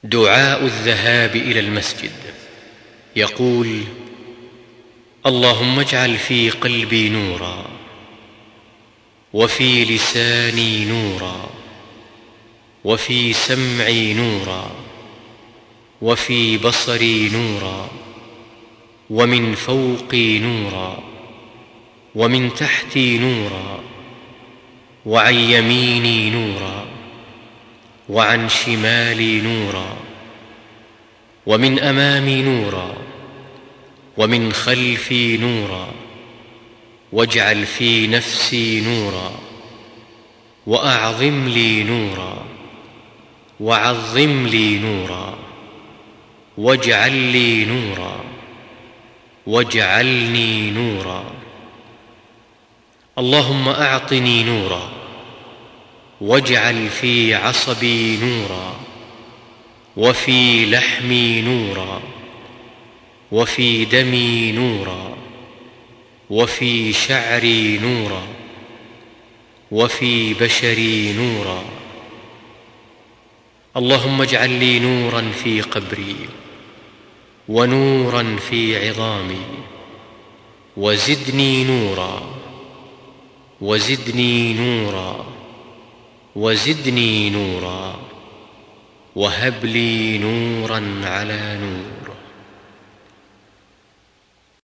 دعاء الذهاب إلى المسجد. يقول: اللهم اجعل في قلبي نورا، وفي لساني نورا، وفي سمعي نورا، وفي بصري نورا، ومن فوقي نورا، ومن تحتي نورا، وعن يميني نورا، وعن شمالي نورا، ومن أمامي نورا، ومن خلفي نورا، واجعل في نفسي نورا، وأعظم لي نورا، وعظم لي نورا، واجعل لي نورا، واجعلني نورا. اللهم أعطني نورا، واجعل في عصبي نورا، وفي لحمي نورا، وفي دمي نورا، وفي شعري نورا، وفي بشري نورا. اللهم اجعل لي نورا في قبري، ونورا في عظامي، وزدني نورا، وزدني نورا، وزدني نورا، وهب لي نورا على نور.